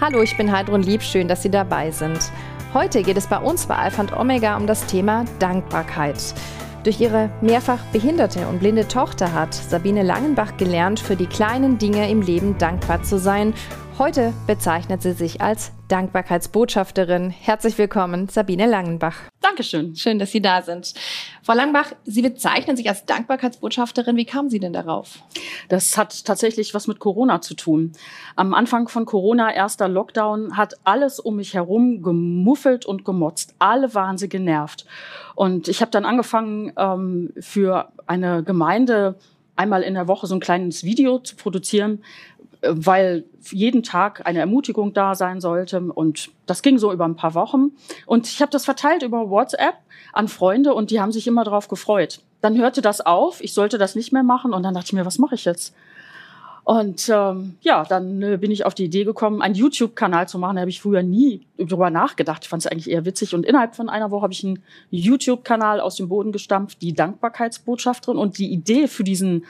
Hallo, ich bin Heidrun Lieb, schön, dass Sie dabei sind. Heute geht es bei uns bei Alpha und Omega um das Thema Dankbarkeit. Durch ihre mehrfach behinderte und blinde Tochter hat Sabine Langenbach gelernt, für die kleinen Dinge im Leben dankbar zu sein. Heute bezeichnet sie sich als Dankbarkeitsbotschafterin. Herzlich willkommen, Sabine Langenbach. Dankeschön. Schön, dass Sie da sind. Frau Langenbach, Sie bezeichnen sich als Dankbarkeitsbotschafterin. Wie kamen Sie denn darauf? Das hat tatsächlich was mit Corona zu tun. Am Anfang von Corona, erster Lockdown, hat alles um mich herum gemuffelt und gemotzt. Alle waren sie genervt. Und ich habe dann angefangen, für eine Gemeinde einmal in der Woche so ein kleines Video zu produzieren, weil jeden Tag eine Ermutigung da sein sollte. Und das ging so über ein paar Wochen. Und ich habe das verteilt über WhatsApp an Freunde und die haben sich immer darauf gefreut. Dann hörte das auf, ich sollte das nicht mehr machen und dann dachte ich mir, was mache ich jetzt? Und dann bin ich auf die Idee gekommen, einen YouTube-Kanal zu machen. Da habe ich früher nie drüber nachgedacht. Ich fand es eigentlich eher witzig. Und innerhalb von einer Woche habe ich einen YouTube-Kanal aus dem Boden gestampft, die Dankbarkeitsbotschafterin. Und die Idee für diese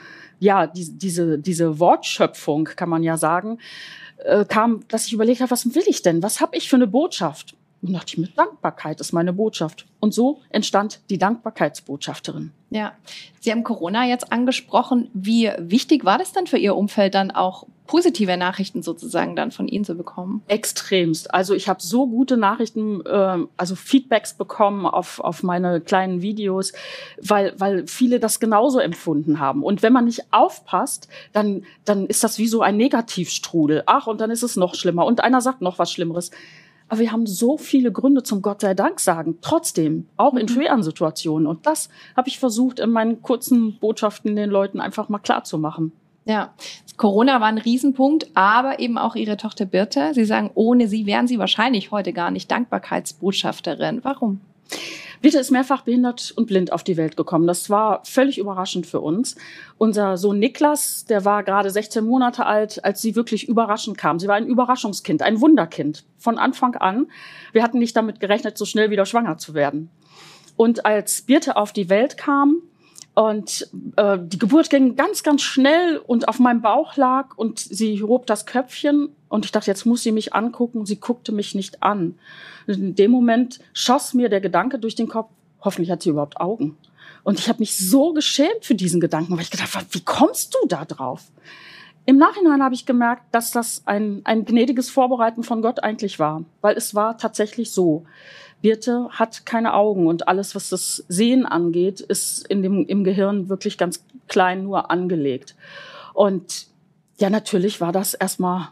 Wortschöpfung, kann man ja sagen, kam, dass ich überlegt habe, was will ich denn? Was habe ich für eine Botschaft? Und dachte ich mir, Dankbarkeit ist meine Botschaft. Und so entstand die Dankbarkeitsbotschafterin. Ja, Sie haben Corona jetzt angesprochen. Wie wichtig war das denn für Ihr Umfeld dann auch positive Nachrichten sozusagen dann von Ihnen zu bekommen? Extremst. Also ich habe so gute Nachrichten, also Feedbacks bekommen auf meine kleinen Videos, weil viele das genauso empfunden haben. Und wenn man nicht aufpasst, dann ist das wie so ein Negativstrudel. Ach, und dann ist es noch schlimmer. Und einer sagt noch was Schlimmeres. Aber wir haben so viele Gründe zum Gott sei Dank sagen, trotzdem, auch in schweren Situationen. Und das habe ich versucht, in meinen kurzen Botschaften den Leuten einfach mal klarzumachen. Ja, Corona war ein Riesenpunkt, aber eben auch Ihre Tochter Birte. Sie sagen, ohne sie wären Sie wahrscheinlich heute gar nicht Dankbarkeitsbotschafterin. Warum? Birte ist mehrfach behindert und blind auf die Welt gekommen. Das war völlig überraschend für uns. Unser Sohn Niklas, der war gerade 16 Monate alt, als sie wirklich überraschend kam. Sie war ein Überraschungskind, ein Wunderkind von Anfang an. Wir hatten nicht damit gerechnet, so schnell wieder schwanger zu werden. Und als Birte auf die Welt kam und die Geburt ging ganz, ganz schnell und auf meinem Bauch lag und sie hob das Köpfchen und ich dachte, jetzt muss sie mich angucken. Sie guckte mich nicht an. In dem Moment schoss mir der Gedanke durch den Kopf, hoffentlich hat sie überhaupt Augen. Und ich habe mich so geschämt für diesen Gedanken, weil ich gedacht habe, wie kommst du da drauf? Im Nachhinein habe ich gemerkt, dass das ein gnädiges Vorbereiten von Gott eigentlich war. Weil es war tatsächlich so. Birte hat keine Augen und alles, was das Sehen angeht, ist im Gehirn wirklich ganz klein nur angelegt. Und ja, natürlich war das erstmal,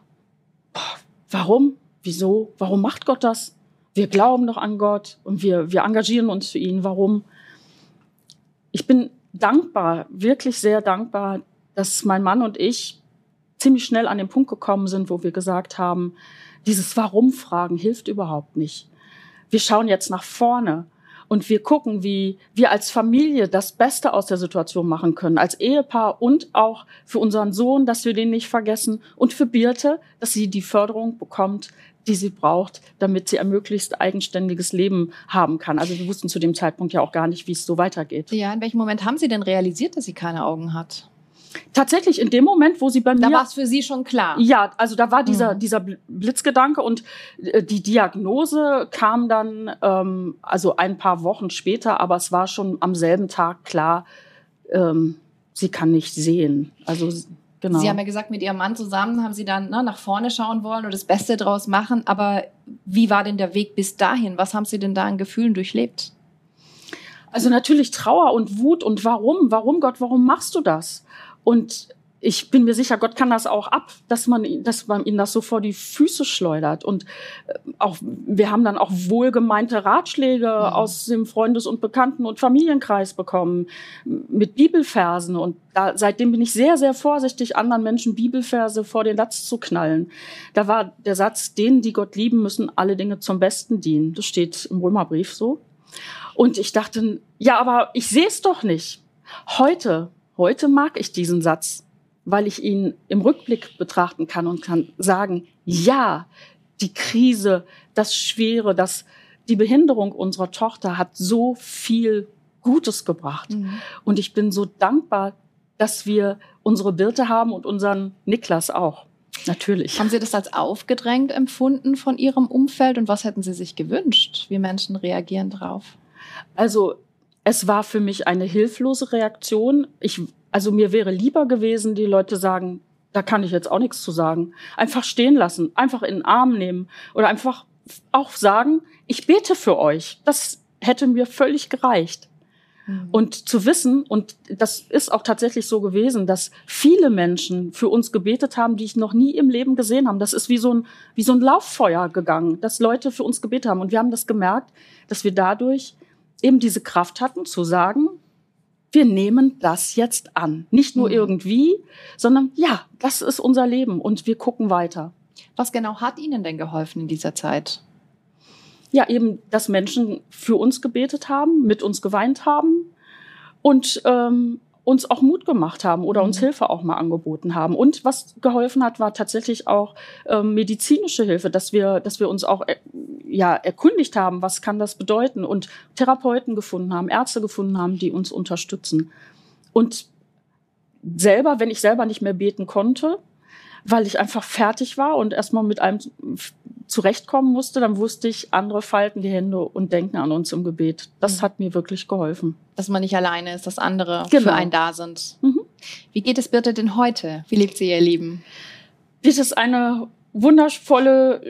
warum? Wieso? Warum macht Gott das? Wir glauben doch an Gott und wir engagieren uns für ihn. Warum? Ich bin dankbar, wirklich sehr dankbar, dass mein Mann und ich ziemlich schnell an den Punkt gekommen sind, wo wir gesagt haben, dieses Warum-Fragen hilft überhaupt nicht. Wir schauen jetzt nach vorne und wir gucken, wie wir als Familie das Beste aus der Situation machen können, als Ehepaar und auch für unseren Sohn, dass wir den nicht vergessen und für Birte, dass sie die Förderung bekommt, die sie braucht, damit sie ein möglichst eigenständiges Leben haben kann. Also wir wussten zu dem Zeitpunkt ja auch gar nicht, wie es so weitergeht. Ja, in welchem Moment haben Sie denn realisiert, dass sie keine Augen hat? Tatsächlich in dem Moment, wo sie bei mir... Da war es für Sie schon klar? Ja, also da war dieser Blitzgedanke und die Diagnose kam dann also ein paar Wochen später, aber es war schon am selben Tag klar, sie kann nicht sehen. Also genau. Sie haben ja gesagt, mit Ihrem Mann zusammen haben Sie dann nach vorne schauen wollen und das Beste draus machen. Aber wie war denn der Weg bis dahin? Was haben Sie denn da an Gefühlen durchlebt? Also natürlich Trauer und Wut und warum? Warum, Gott, warum machst du das? Und ich bin mir sicher, Gott kann das auch ab, dass man ihm das so vor die Füße schleudert. Und auch wir haben dann auch wohlgemeinte Ratschläge aus dem Freundes- und Bekannten- und Familienkreis bekommen mit Bibelversen. Und seitdem bin ich sehr, sehr vorsichtig, anderen Menschen Bibelverse vor den Latz zu knallen. Da war der Satz, denen, die Gott lieben, müssen alle Dinge zum Besten dienen. Das steht im Römerbrief so. Und ich dachte, ja, aber ich sehe es doch nicht. Heute mag ich diesen Satz, weil ich ihn im Rückblick betrachten kann und kann sagen, ja, die Krise, das Schwere, die Behinderung unserer Tochter hat so viel Gutes gebracht. Und ich bin so dankbar, dass wir unsere Birte haben und unseren Niklas auch. Natürlich. Haben Sie das als aufgedrängt empfunden von Ihrem Umfeld und was hätten Sie sich gewünscht, wie Menschen reagieren drauf? Also es war für mich eine hilflose Reaktion. Also mir wäre lieber gewesen, die Leute sagen, da kann ich jetzt auch nichts zu sagen. Einfach stehen lassen, einfach in den Arm nehmen oder einfach auch sagen, ich bete für euch. Das hätte mir völlig gereicht. Und zu wissen, und das ist auch tatsächlich so gewesen, dass viele Menschen für uns gebetet haben, die ich noch nie im Leben gesehen habe. Das ist wie so ein Lauffeuer gegangen, dass Leute für uns gebetet haben. Und wir haben das gemerkt, dass wir dadurch eben diese Kraft hatten, zu sagen, wir nehmen das jetzt an. Nicht nur irgendwie, sondern ja, das ist unser Leben und wir gucken weiter. Was genau hat Ihnen denn geholfen in dieser Zeit? Ja, eben, dass Menschen für uns gebetet haben, mit uns geweint haben und uns auch Mut gemacht haben oder uns Hilfe auch mal angeboten haben. Und was geholfen hat, war tatsächlich auch medizinische Hilfe, dass wir uns auch erkundigt haben, was kann das bedeuten und Therapeuten gefunden haben, Ärzte gefunden haben, die uns unterstützen. Und wenn ich selber nicht mehr beten konnte, weil ich einfach fertig war und erstmal mit allem zurechtkommen musste, dann wusste ich, andere falten die Hände und denken an uns im Gebet. Das hat mir wirklich geholfen. Dass man nicht alleine ist, dass andere Genau. für einen da sind. Wie geht es Birte denn heute? Wie lebt sie ihr Leben? Birte ist eine wundervolle,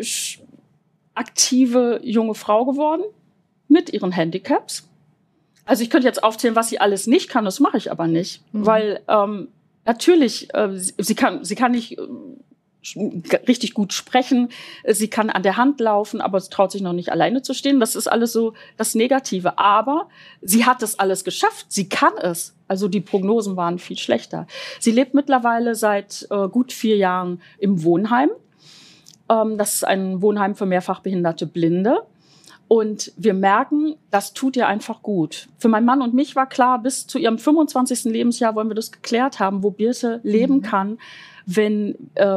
aktive junge Frau geworden mit ihren Handicaps. Also ich könnte jetzt aufzählen, was sie alles nicht kann, das mache ich aber nicht, weil natürlich, sie kann nicht richtig gut sprechen, sie kann an der Hand laufen, aber sie traut sich noch nicht alleine zu stehen. Das ist alles so das Negative. Aber sie hat es alles geschafft, sie kann es. Also die Prognosen waren viel schlechter. Sie lebt mittlerweile seit gut 4 Jahren im Wohnheim. Das ist ein Wohnheim für mehrfach behinderte Blinde. Und wir merken, das tut ihr einfach gut. Für meinen Mann und mich war klar, bis zu ihrem 25. Lebensjahr wollen wir das geklärt haben, wo Birte leben kann, wenn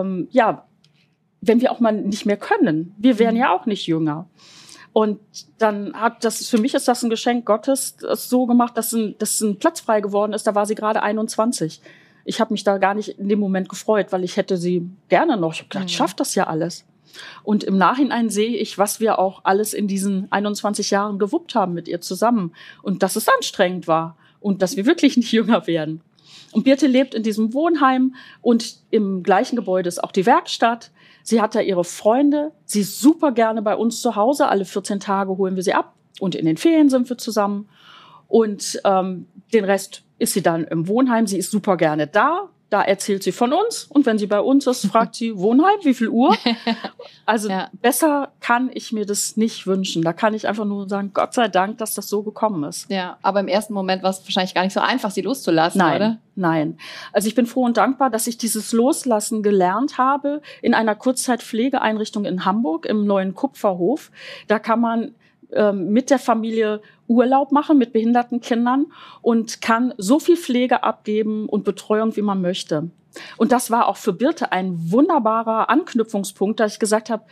wir auch mal nicht mehr können. Wir wären ja auch nicht jünger. Und dann für mich ist das ein Geschenk Gottes, das so gemacht, dass ein Platz frei geworden ist. Da war sie gerade 21. Ich habe mich da gar nicht in dem Moment gefreut, weil ich hätte sie gerne noch. Ich habe gedacht, ich schaff das ja alles. Und im Nachhinein sehe ich, was wir auch alles in diesen 21 Jahren gewuppt haben mit ihr zusammen. Und dass es anstrengend war und dass wir wirklich nicht jünger werden. Und Birte lebt in diesem Wohnheim und im gleichen Gebäude ist auch die Werkstatt. Sie hat da ihre Freunde. Sie ist super gerne bei uns zu Hause. Alle 14 Tage holen wir sie ab. Und in den Ferien sind wir zusammen. Und den Rest ist sie dann im Wohnheim. Sie ist super gerne da. Da erzählt sie von uns. Und wenn sie bei uns ist, fragt sie, Wohnheim, wie viel Uhr? Also besser kann ich mir das nicht wünschen. Da kann ich einfach nur sagen, Gott sei Dank, dass das so gekommen ist. Ja, aber im ersten Moment war es wahrscheinlich gar nicht so einfach, sie loszulassen, oder? Nein. Also ich bin froh und dankbar, dass ich dieses Loslassen gelernt habe in einer Kurzzeitpflegeeinrichtung in Hamburg, im neuen Kupferhof. Da kann man mit der Familie Urlaub machen mit behinderten Kindern und kann so viel Pflege abgeben und Betreuung, wie man möchte. Und das war auch für Birte ein wunderbarer Anknüpfungspunkt, dass ich gesagt habe,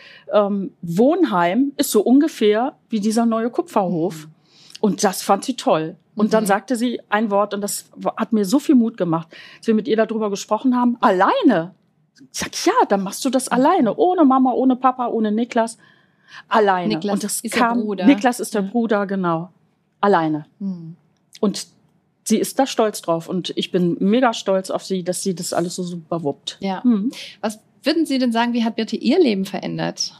Wohnheim ist so ungefähr wie dieser neue Kupferhof. Und das fand sie toll. Und dann sagte sie ein Wort, und das hat mir so viel Mut gemacht, dass wir mit ihr darüber gesprochen haben, alleine. Ich sag, ja, dann machst du das alleine, ohne Mama, ohne Papa, ohne Niklas. Alleine. Niklas und das ist der Bruder. Niklas ist der Bruder, genau. Alleine. Und sie ist da stolz drauf. Und ich bin mega stolz auf sie, dass sie das alles so super wuppt. Ja. Was würden Sie denn sagen, wie hat Birte ihr Leben verändert?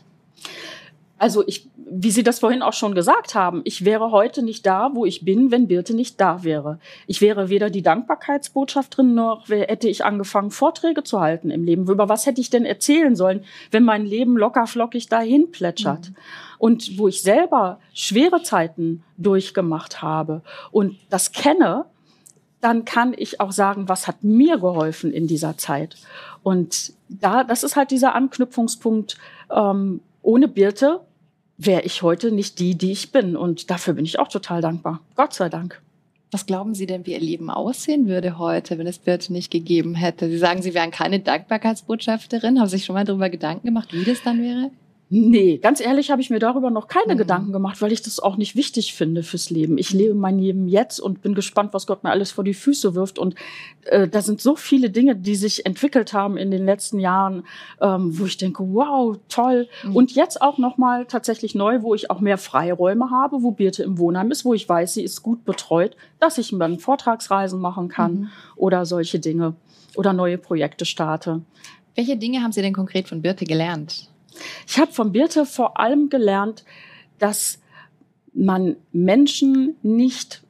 Also wie Sie das vorhin auch schon gesagt haben, ich wäre heute nicht da, wo ich bin, wenn Birte nicht da wäre. Ich wäre weder die Dankbarkeitsbotschafterin, noch hätte ich angefangen, Vorträge zu halten im Leben. Über was hätte ich denn erzählen sollen, wenn mein Leben lockerflockig dahin plätschert? Und wo ich selber schwere Zeiten durchgemacht habe und das kenne, dann kann ich auch sagen, was hat mir geholfen in dieser Zeit. Und das ist halt dieser Anknüpfungspunkt. Ohne Birte wäre ich heute nicht die ich bin. Und dafür bin ich auch total dankbar. Gott sei Dank. Was glauben Sie denn, wie Ihr Leben aussehen würde heute, wenn es Birte nicht gegeben hätte? Sie sagen, Sie wären keine Dankbarkeitsbotschafterin. Haben Sie sich schon mal darüber Gedanken gemacht, wie das dann wäre? Nee, ganz ehrlich habe ich mir darüber noch keine Gedanken gemacht, weil ich das auch nicht wichtig finde fürs Leben. Ich lebe mein Leben jetzt und bin gespannt, was Gott mir alles vor die Füße wirft. Und da sind so viele Dinge, die sich entwickelt haben in den letzten Jahren, wo ich denke, wow, toll. Und jetzt auch nochmal tatsächlich neu, wo ich auch mehr Freiräume habe, wo Birte im Wohnheim ist, wo ich weiß, sie ist gut betreut, dass ich dann Vortragsreisen machen kann oder solche Dinge oder neue Projekte starte. Welche Dinge haben Sie denn konkret von Birte gelernt? Ich habe von Birte vor allem gelernt, dass ich Menschen nicht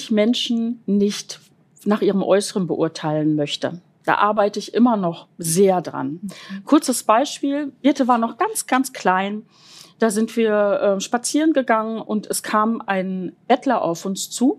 nach ihrem Äußeren beurteilen möchte. Da arbeite ich immer noch sehr dran. Kurzes Beispiel, Birte war noch ganz, ganz klein. Da sind wir spazieren gegangen und es kam ein Bettler auf uns zu.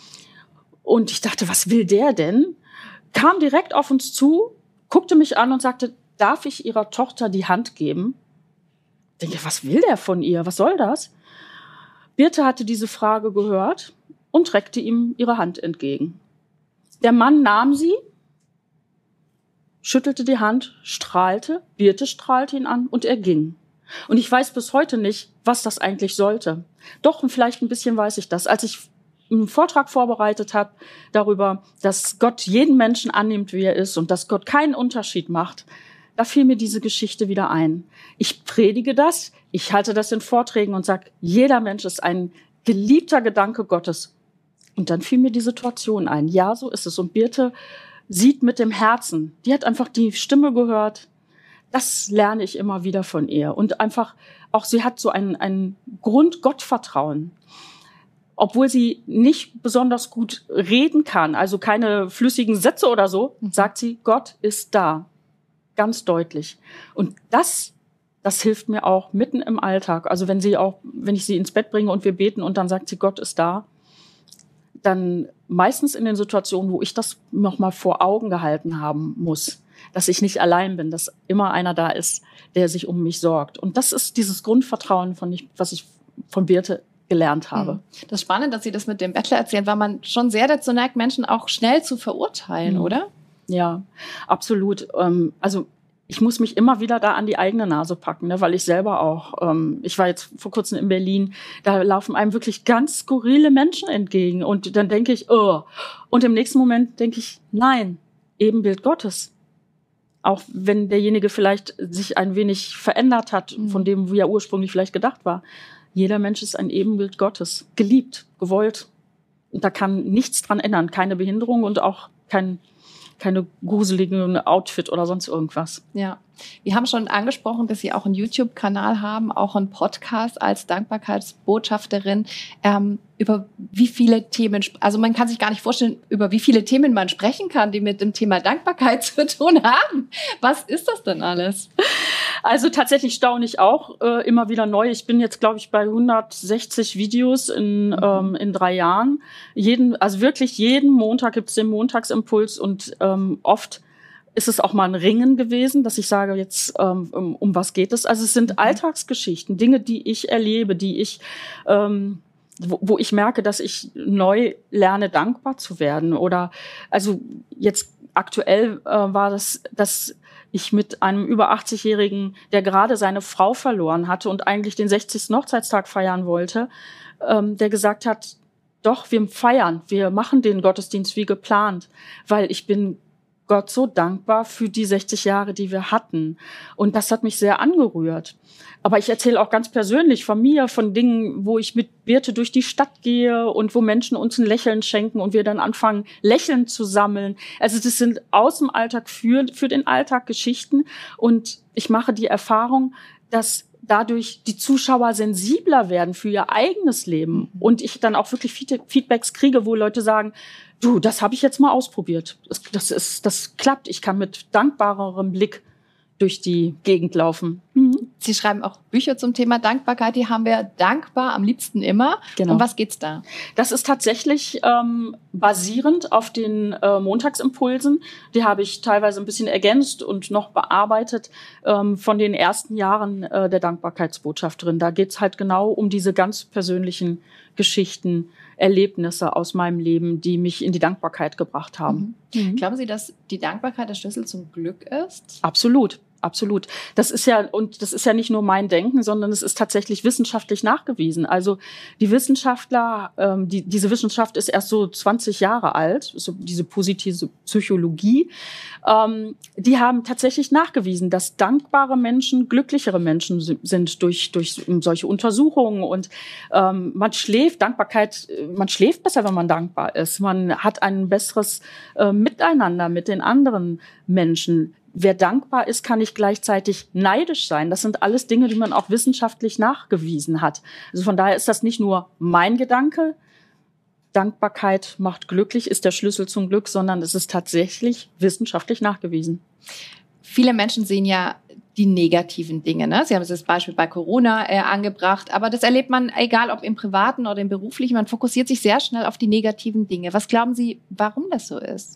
Und ich dachte, was will der denn? Kam direkt auf uns zu, guckte mich an und sagte, darf ich Ihrer Tochter die Hand geben? Ich denke, was will der von ihr? Was soll das? Birte hatte diese Frage gehört und reckte ihm ihre Hand entgegen. Der Mann nahm sie, schüttelte die Hand, strahlte, Birte strahlte ihn an und er ging. Und ich weiß bis heute nicht, was das eigentlich sollte. Doch, vielleicht ein bisschen weiß ich das. Als ich einen Vortrag vorbereitet habe darüber, dass Gott jeden Menschen annimmt, wie er ist und dass Gott keinen Unterschied macht, da fiel mir diese Geschichte wieder ein. Ich predige das, ich halte das in Vorträgen und sage, jeder Mensch ist ein geliebter Gedanke Gottes. Und dann fiel mir die Situation ein. Ja, so ist es. Und Birte sieht mit dem Herzen. Die hat einfach die Stimme gehört. Das lerne ich immer wieder von ihr. Und einfach auch, sie hat so ein Grund-Gottvertrauen. Obwohl sie nicht besonders gut reden kann, also keine flüssigen Sätze oder so, sagt sie, Gott ist da. Ganz deutlich. Und das hilft mir auch mitten im Alltag. Also wenn ich sie ins Bett bringe und wir beten und dann sagt sie, Gott ist da, dann meistens in den Situationen, wo ich das nochmal vor Augen gehalten haben muss, dass ich nicht allein bin, dass immer einer da ist, der sich um mich sorgt. Und das ist dieses Grundvertrauen, was ich von Birte gelernt habe. Das ist spannend, dass Sie das mit dem Bettler erzählen, weil man schon sehr dazu neigt, Menschen auch schnell zu verurteilen, oder? Ja, absolut. Also ich muss mich immer wieder da an die eigene Nase packen, ne, weil ich selber auch, ich war jetzt vor kurzem in Berlin, da laufen einem wirklich ganz skurrile Menschen entgegen und dann denke ich, oh. Und im nächsten Moment denke ich, nein, Ebenbild Gottes. Auch wenn derjenige vielleicht sich ein wenig verändert hat von dem, wie er ursprünglich vielleicht gedacht war. Jeder Mensch ist ein Ebenbild Gottes, geliebt, gewollt. Und da kann nichts dran ändern, keine Behinderung und auch keine gruseligen Outfit oder sonst irgendwas. Ja, wir haben schon angesprochen, dass Sie auch einen YouTube-Kanal haben, auch einen Podcast als Dankbarkeitsbotschafterin. Über wie viele Themen, also man kann sich gar nicht vorstellen, über wie viele Themen man sprechen kann, die mit dem Thema Dankbarkeit zu tun haben. Was ist das denn alles? Also tatsächlich staune ich auch immer wieder neu. Ich bin jetzt, glaube ich, bei 160 Videos in 3 Jahren. Wirklich jeden Montag gibt es den Montagsimpuls und oft ist es auch mal ein Ringen gewesen, dass ich sage, jetzt um was geht es? Also es sind Alltagsgeschichten, Dinge, die ich erlebe, wo ich merke, dass ich neu lerne, dankbar zu werden. Oder also jetzt aktuell war das, dass ich mit einem über 80-Jährigen, der gerade seine Frau verloren hatte und eigentlich den 60. Hochzeitstag feiern wollte, der gesagt hat, doch, wir machen den Gottesdienst wie geplant, weil ich bin Gott so dankbar für die 60 Jahre, die wir hatten. Und das hat mich sehr angerührt. Aber ich erzähle auch ganz persönlich von mir, von Dingen, wo ich mit Birte durch die Stadt gehe und wo Menschen uns ein Lächeln schenken und wir dann anfangen, Lächeln zu sammeln. Also das sind aus dem Alltag für den Alltag Geschichten. Und ich mache die Erfahrung, dass dadurch die Zuschauer sensibler werden für ihr eigenes Leben. Und ich dann auch wirklich Feedbacks kriege, wo Leute sagen, du, das habe ich jetzt mal ausprobiert. Das klappt. Ich kann mit dankbarerem Blick durch die Gegend laufen. Sie schreiben auch Bücher zum Thema Dankbarkeit. Die haben wir dankbar am liebsten immer. Genau. Um was geht's da? Das ist tatsächlich basierend auf den Montagsimpulsen. Die habe ich teilweise ein bisschen ergänzt und noch bearbeitet von den ersten Jahren der Dankbarkeitsbotschafterin. Da geht's halt genau um diese ganz persönlichen Geschichten, Erlebnisse aus meinem Leben, die mich in die Dankbarkeit gebracht haben. Glauben Sie, dass die Dankbarkeit der Schlüssel zum Glück ist? Absolut. absolut. Das ist ja nicht nur mein Denken, sondern es ist tatsächlich wissenschaftlich nachgewiesen. Also die Wissenschaftler, diese Wissenschaft ist erst so 20 Jahre alt, so diese positive Psychologie, die haben tatsächlich nachgewiesen, dass dankbare Menschen glücklichere Menschen sind durch solche Untersuchungen. Und man schläft besser, wenn man dankbar ist. Man hat ein besseres Miteinander mit den anderen Menschen. Wer dankbar ist, kann nicht gleichzeitig neidisch sein. Das sind alles Dinge, die man auch wissenschaftlich nachgewiesen hat. Also von daher ist das nicht nur mein Gedanke, Dankbarkeit macht glücklich, ist der Schlüssel zum Glück, sondern es ist tatsächlich wissenschaftlich nachgewiesen. Viele Menschen sehen ja die negativen Dinge, ne? Sie haben das Beispiel bei Corona angebracht, aber das erlebt man, egal ob im Privaten oder im Beruflichen, man fokussiert sich sehr schnell auf die negativen Dinge. Was glauben Sie, warum das so ist?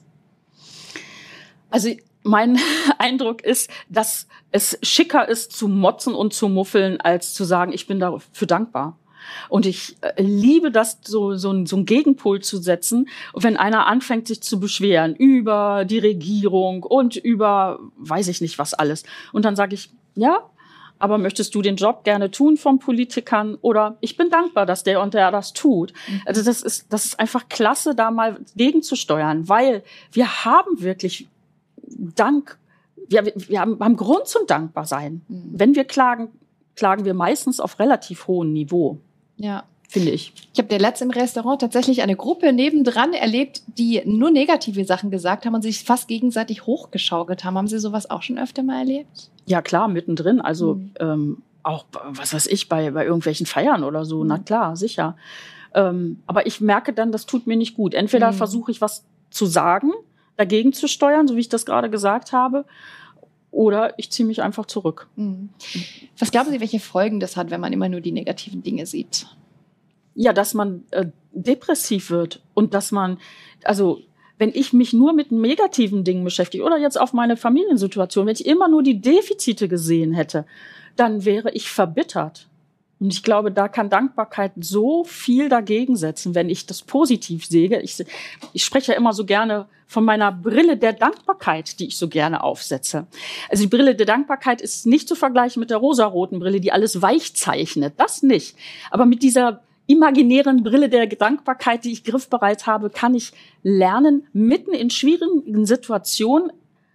Also mein Eindruck ist, dass es schicker ist, zu motzen und zu muffeln, als zu sagen, ich bin dafür dankbar. Und ich liebe das, so einen Gegenpol zu setzen, wenn einer anfängt, sich zu beschweren über die Regierung und über weiß ich nicht was alles. Und dann sage ich, ja, aber möchtest du den Job gerne tun von Politikern? Oder ich bin dankbar, dass der und der das tut. Also das ist einfach klasse, da mal gegenzusteuern, weil wir haben wirklich Dank, wir haben Grund zum Dankbarsein. Wenn wir klagen wir meistens auf relativ hohem Niveau. Ja. Finde ich. Ich habe letzt im Restaurant tatsächlich eine Gruppe nebendran erlebt, die nur negative Sachen gesagt haben und sich fast gegenseitig hochgeschaukelt haben. Haben Sie sowas auch schon öfter mal erlebt? Ja, klar, mittendrin. Also auch, was weiß ich, bei irgendwelchen Feiern oder so. Na klar, sicher. Aber ich merke dann, das tut mir nicht gut. Entweder versuche ich was zu sagen, dagegen zu steuern, so wie ich das gerade gesagt habe, oder ich ziehe mich einfach zurück. Was glauben Sie, welche Folgen das hat, wenn man immer nur die negativen Dinge sieht? Ja, dass man depressiv wird und dass man, also wenn ich mich nur mit negativen Dingen beschäftige oder jetzt auf meine Familiensituation, wenn ich immer nur die Defizite gesehen hätte, dann wäre ich verbittert. Und ich glaube, da kann Dankbarkeit so viel dagegen setzen, wenn ich das positiv sehe. Ich spreche ja immer so gerne von meiner Brille der Dankbarkeit, die ich so gerne aufsetze. Also die Brille der Dankbarkeit ist nicht zu vergleichen mit der rosaroten Brille, die alles weich zeichnet. Das nicht. Aber mit dieser imaginären Brille der Dankbarkeit, die ich griffbereit habe, kann ich lernen, mitten in schwierigen Situationen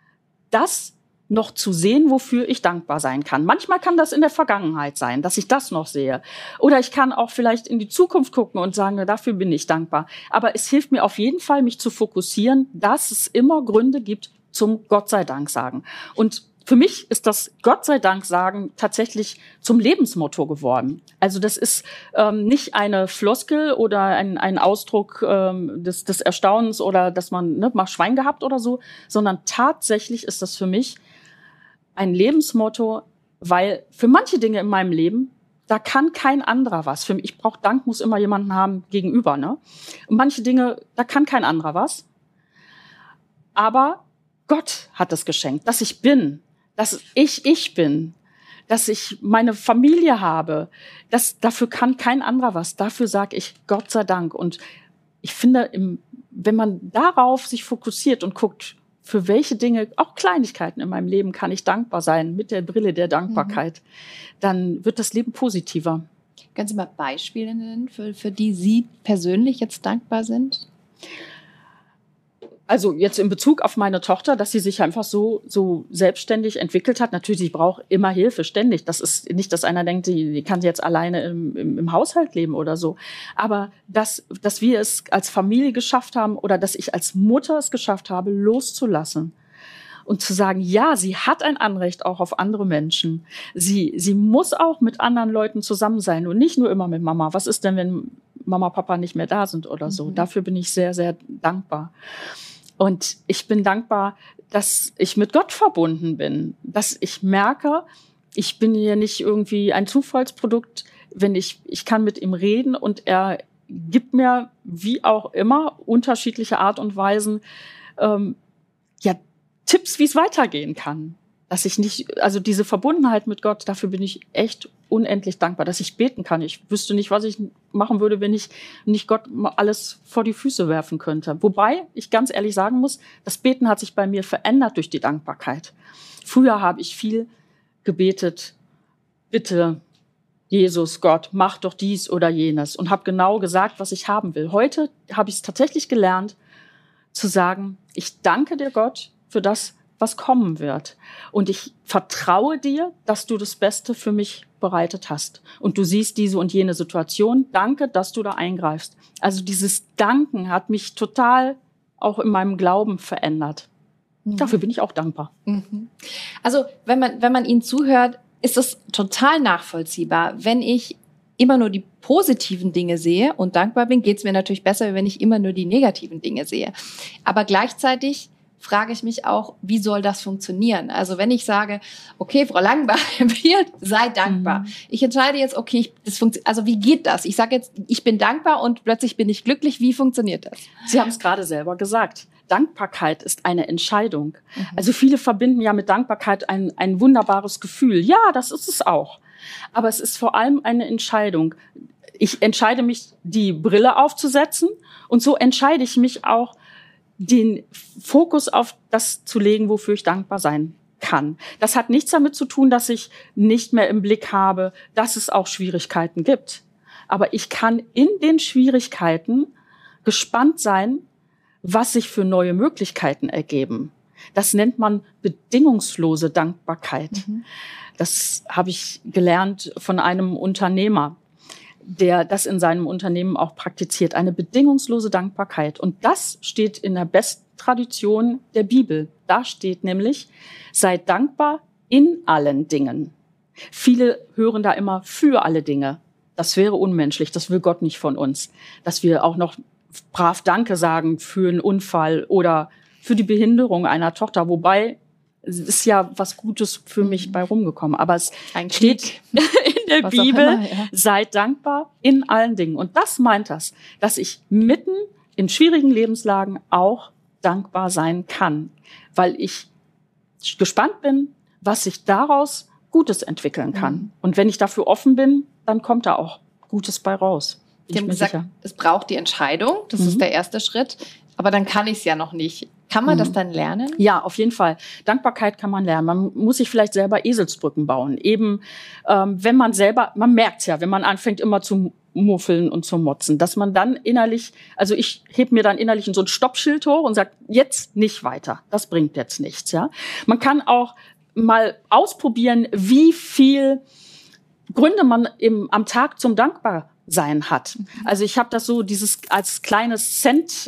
das noch zu sehen, wofür ich dankbar sein kann. Manchmal kann das in der Vergangenheit sein, dass ich das noch sehe. Oder ich kann auch vielleicht in die Zukunft gucken und sagen, dafür bin ich dankbar. Aber es hilft mir auf jeden Fall, mich zu fokussieren, dass es immer Gründe gibt zum Gott sei Dank sagen. Und für mich ist das Gott sei Dank sagen tatsächlich zum Lebensmotto geworden. Also das ist nicht eine Floskel oder ein Ausdruck des Erstaunens oder dass man mal Schwein gehabt oder so, sondern tatsächlich ist das für mich ein Lebensmotto, weil für manche Dinge in meinem Leben, da kann kein anderer was. Für mich, ich brauche Dank, muss immer jemanden haben gegenüber, ne? Und manche Dinge, da kann kein anderer was. Aber Gott hat es geschenkt, dass ich bin, dass ich bin, dass ich meine Familie habe. Dafür kann kein anderer was. Dafür sage ich Gott sei Dank. Und ich finde, wenn man darauf sich fokussiert und guckt, für welche Dinge, auch Kleinigkeiten in meinem Leben, kann ich dankbar sein, mit der Brille der Dankbarkeit, dann wird das Leben positiver. Können Sie mal Beispiele nennen, für die Sie persönlich jetzt dankbar sind? Also jetzt in Bezug auf meine Tochter, dass sie sich einfach so selbstständig entwickelt hat. Natürlich, ich brauche immer Hilfe, ständig. Das ist nicht, dass einer denkt, die kann jetzt alleine im Haushalt leben oder so. Aber dass wir es als Familie geschafft haben oder dass ich als Mutter es geschafft habe, loszulassen. Und zu sagen, ja, sie hat ein Anrecht auch auf andere Menschen. Sie muss auch mit anderen Leuten zusammen sein und nicht nur immer mit Mama. Was ist denn, wenn Mama, Papa nicht mehr da sind oder so? Dafür bin ich sehr, sehr dankbar. Und ich bin dankbar, dass ich mit Gott verbunden bin, dass ich merke, ich bin hier nicht irgendwie ein Zufallsprodukt, wenn ich kann mit ihm reden und er gibt mir, wie auch immer, unterschiedliche Art und Weisen, Tipps, wie es weitergehen kann. dass ich nicht, also diese Verbundenheit mit Gott, dafür bin ich echt unendlich dankbar, dass ich beten kann. Ich wüsste nicht, was ich machen würde, wenn ich nicht Gott alles vor die Füße werfen könnte. Wobei ich ganz ehrlich sagen muss, das Beten hat sich bei mir verändert durch die Dankbarkeit. Früher habe ich viel gebetet, bitte, Jesus, Gott, mach doch dies oder jenes, und habe genau gesagt, was ich haben will. Heute habe ich es tatsächlich gelernt, zu sagen, ich danke dir, Gott, für das, was kommen wird. Und ich vertraue dir, dass du das Beste für mich bereitet hast. Und du siehst diese und jene Situation. Danke, dass du da eingreifst. Also dieses Danken hat mich total auch in meinem Glauben verändert. Dafür bin ich auch dankbar. Also wenn man Ihnen zuhört, ist es total nachvollziehbar. Wenn ich immer nur die positiven Dinge sehe und dankbar bin, geht es mir natürlich besser, wenn ich immer nur die negativen Dinge sehe. Aber gleichzeitig frage ich mich auch, wie soll das funktionieren? Also wenn ich sage, okay, Frau Langenbach, sei dankbar. Ich entscheide jetzt, okay, also wie geht das? Ich sage jetzt, ich bin dankbar und plötzlich bin ich glücklich. Wie funktioniert das? Sie haben es gerade selber gesagt. Dankbarkeit ist eine Entscheidung. Also viele verbinden ja mit Dankbarkeit ein wunderbares Gefühl. Ja, das ist es auch. Aber es ist vor allem eine Entscheidung. Ich entscheide mich, die Brille aufzusetzen, und so entscheide ich mich auch, den Fokus auf das zu legen, wofür ich dankbar sein kann. Das hat nichts damit zu tun, dass ich nicht mehr im Blick habe, dass es auch Schwierigkeiten gibt. Aber ich kann in den Schwierigkeiten gespannt sein, was sich für neue Möglichkeiten ergeben. Das nennt man bedingungslose Dankbarkeit. Das habe ich gelernt von einem Unternehmer, der das in seinem Unternehmen auch praktiziert. Eine bedingungslose Dankbarkeit. Und das steht in der Besttradition der Bibel. Da steht nämlich, sei dankbar in allen Dingen. Viele hören da immer für alle Dinge. Das wäre unmenschlich. Das will Gott nicht von uns. Dass wir auch noch brav Danke sagen für einen Unfall oder für die Behinderung einer Tochter. Wobei, es ist ja was Gutes für mich bei rumgekommen. Aber es steht in der Bibel, seid dankbar in allen Dingen. Und das meint das, dass ich mitten in schwierigen Lebenslagen auch dankbar sein kann. Weil ich gespannt bin, was sich daraus Gutes entwickeln kann. Und wenn ich dafür offen bin, dann kommt da auch Gutes bei raus. Sie haben gesagt, es braucht die Entscheidung, das ist der erste Schritt, aber dann kann ich es ja noch nicht. Kann man das dann lernen? Ja, auf jeden Fall. Dankbarkeit kann man lernen. Man muss sich vielleicht selber Eselsbrücken bauen. Eben, wenn man selber, man merkt's ja, wenn man anfängt immer zu muffeln und zu motzen, dass man dann innerlich, also ich heb mir dann innerlich so ein Stoppschild hoch und sage, jetzt nicht weiter. Das bringt jetzt nichts, ja. Man kann auch mal ausprobieren, wie viel Gründe man am Tag zum Dankbarsein hat. Also ich habe das so als kleines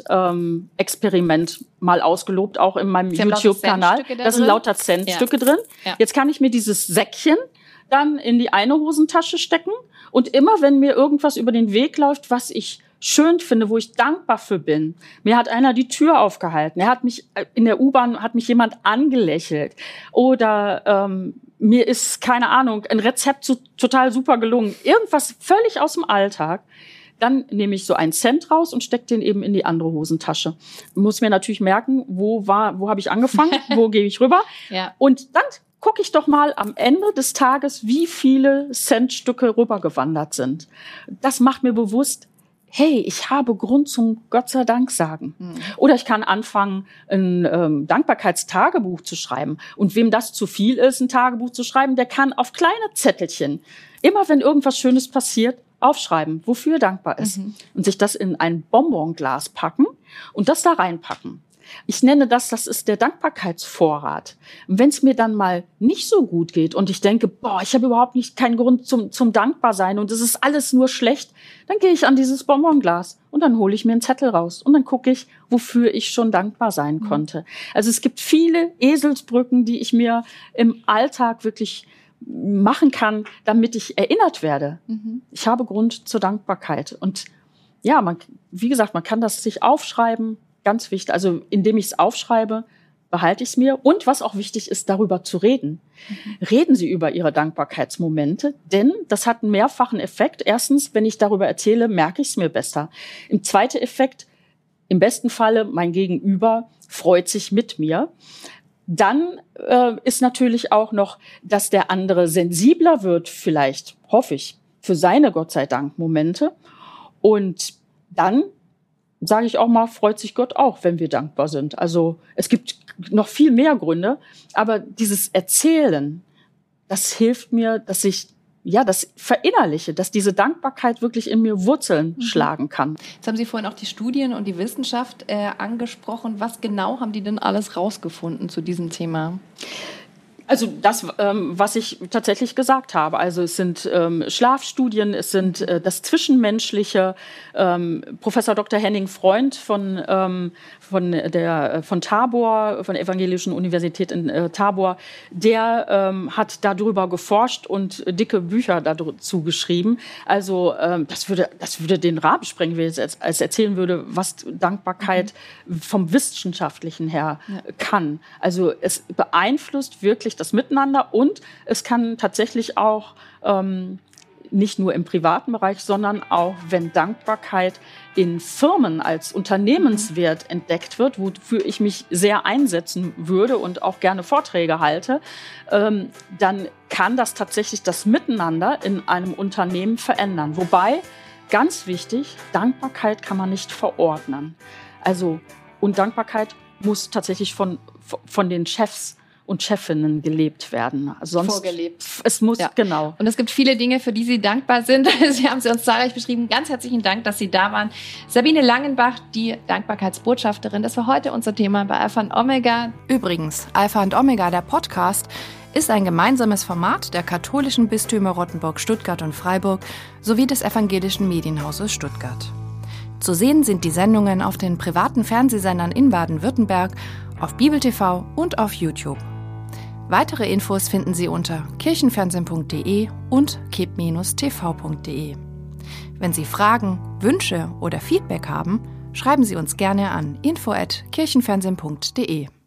Cent-Experiment mal ausgelobt, auch in meinem YouTube-Kanal. Da sind lauter Centstücke drin. Ja. Jetzt kann ich mir dieses Säckchen dann in die eine Hosentasche stecken und immer, wenn mir irgendwas über den Weg läuft, was ich schön finde, wo ich dankbar für bin. Mir hat einer die Tür aufgehalten. In der U-Bahn hat mich jemand angelächelt. Oder mir ist, keine Ahnung, ein Rezept total super gelungen. Irgendwas völlig aus dem Alltag. Dann nehme ich so einen Cent raus und stecke den eben in die andere Hosentasche. Muss mir natürlich merken, wo habe ich angefangen, wo gehe ich rüber. Ja. Und dann gucke ich doch mal am Ende des Tages, wie viele Centstücke rübergewandert sind. Das macht mir bewusst, hey, ich habe Grund zum Gott sei Dank sagen. Oder ich kann anfangen, ein Dankbarkeitstagebuch zu schreiben. Und wem das zu viel ist, ein Tagebuch zu schreiben, der kann auf kleine Zettelchen, immer wenn irgendwas Schönes passiert, aufschreiben, wofür er dankbar ist. Und sich das in ein Bonbonglas packen und das da reinpacken. Ich nenne das ist der Dankbarkeitsvorrat. Und wenn es mir dann mal nicht so gut geht und ich denke, ich habe überhaupt keinen Grund zum Dankbarsein und es ist alles nur schlecht, dann gehe ich an dieses Bonbonglas und dann hole ich mir einen Zettel raus und dann gucke ich, wofür ich schon dankbar sein konnte. Also es gibt viele Eselsbrücken, die ich mir im Alltag wirklich machen kann, damit ich erinnert werde. Ich habe Grund zur Dankbarkeit. Und ja, wie gesagt, man kann das sich aufschreiben. Ganz wichtig, also indem ich es aufschreibe, behalte ich es mir. Und was auch wichtig ist, darüber zu reden. Reden Sie über Ihre Dankbarkeitsmomente, denn das hat einen mehrfachen Effekt. Erstens, wenn ich darüber erzähle, merke ich es mir besser. Im zweiten Effekt, im besten Falle, mein Gegenüber freut sich mit mir. Dann ist natürlich auch noch, dass der andere sensibler wird, vielleicht, hoffe ich, für seine Gott sei Dank Momente. Und dann, sage ich auch mal, freut sich Gott auch, wenn wir dankbar sind. Also es gibt noch viel mehr Gründe, aber dieses Erzählen, das hilft mir, dass ich das verinnerliche, dass diese Dankbarkeit wirklich in mir Wurzeln schlagen kann. Jetzt haben Sie vorhin auch die Studien und die Wissenschaft angesprochen. Was genau haben die denn alles rausgefunden zu diesem Thema? Also das, was ich tatsächlich gesagt habe. Also es sind Schlafstudien, es sind das Zwischenmenschliche. Professor Dr. Henning Freund von Tabor, von der Evangelischen Universität in Tabor, der hat darüber geforscht und dicke Bücher dazu geschrieben. Also das würde den Rahmen sprengen, wenn ich jetzt als erzählen würde, was Dankbarkeit vom Wissenschaftlichen her kann. Also es beeinflusst wirklich das Miteinander und es kann tatsächlich auch nicht nur im privaten Bereich, sondern auch, wenn Dankbarkeit in Firmen als Unternehmenswert entdeckt wird, wofür ich mich sehr einsetzen würde und auch gerne Vorträge halte, dann kann das tatsächlich das Miteinander in einem Unternehmen verändern. Wobei, ganz wichtig, Dankbarkeit kann man nicht verordnen. Also, und Dankbarkeit muss tatsächlich von den Chefs und Chefinnen gelebt werden. Sonst vorgelebt. Es muss, genau. Und es gibt viele Dinge, für die Sie dankbar sind. Sie haben sie uns zahlreich beschrieben. Ganz herzlichen Dank, dass Sie da waren. Sabine Langenbach, die Dankbarkeitsbotschafterin. Das war heute unser Thema bei Alpha und Omega. Übrigens, Alpha und Omega, der Podcast, ist ein gemeinsames Format der katholischen Bistümer Rottenburg, Stuttgart und Freiburg sowie des evangelischen Medienhauses Stuttgart. Zu sehen sind die Sendungen auf den privaten Fernsehsendern in Baden-Württemberg, auf Bibel TV und auf YouTube. Weitere Infos finden Sie unter kirchenfernsehen.de und kip-tv.de. Wenn Sie Fragen, Wünsche oder Feedback haben, schreiben Sie uns gerne an info@kirchenfernsehen.de.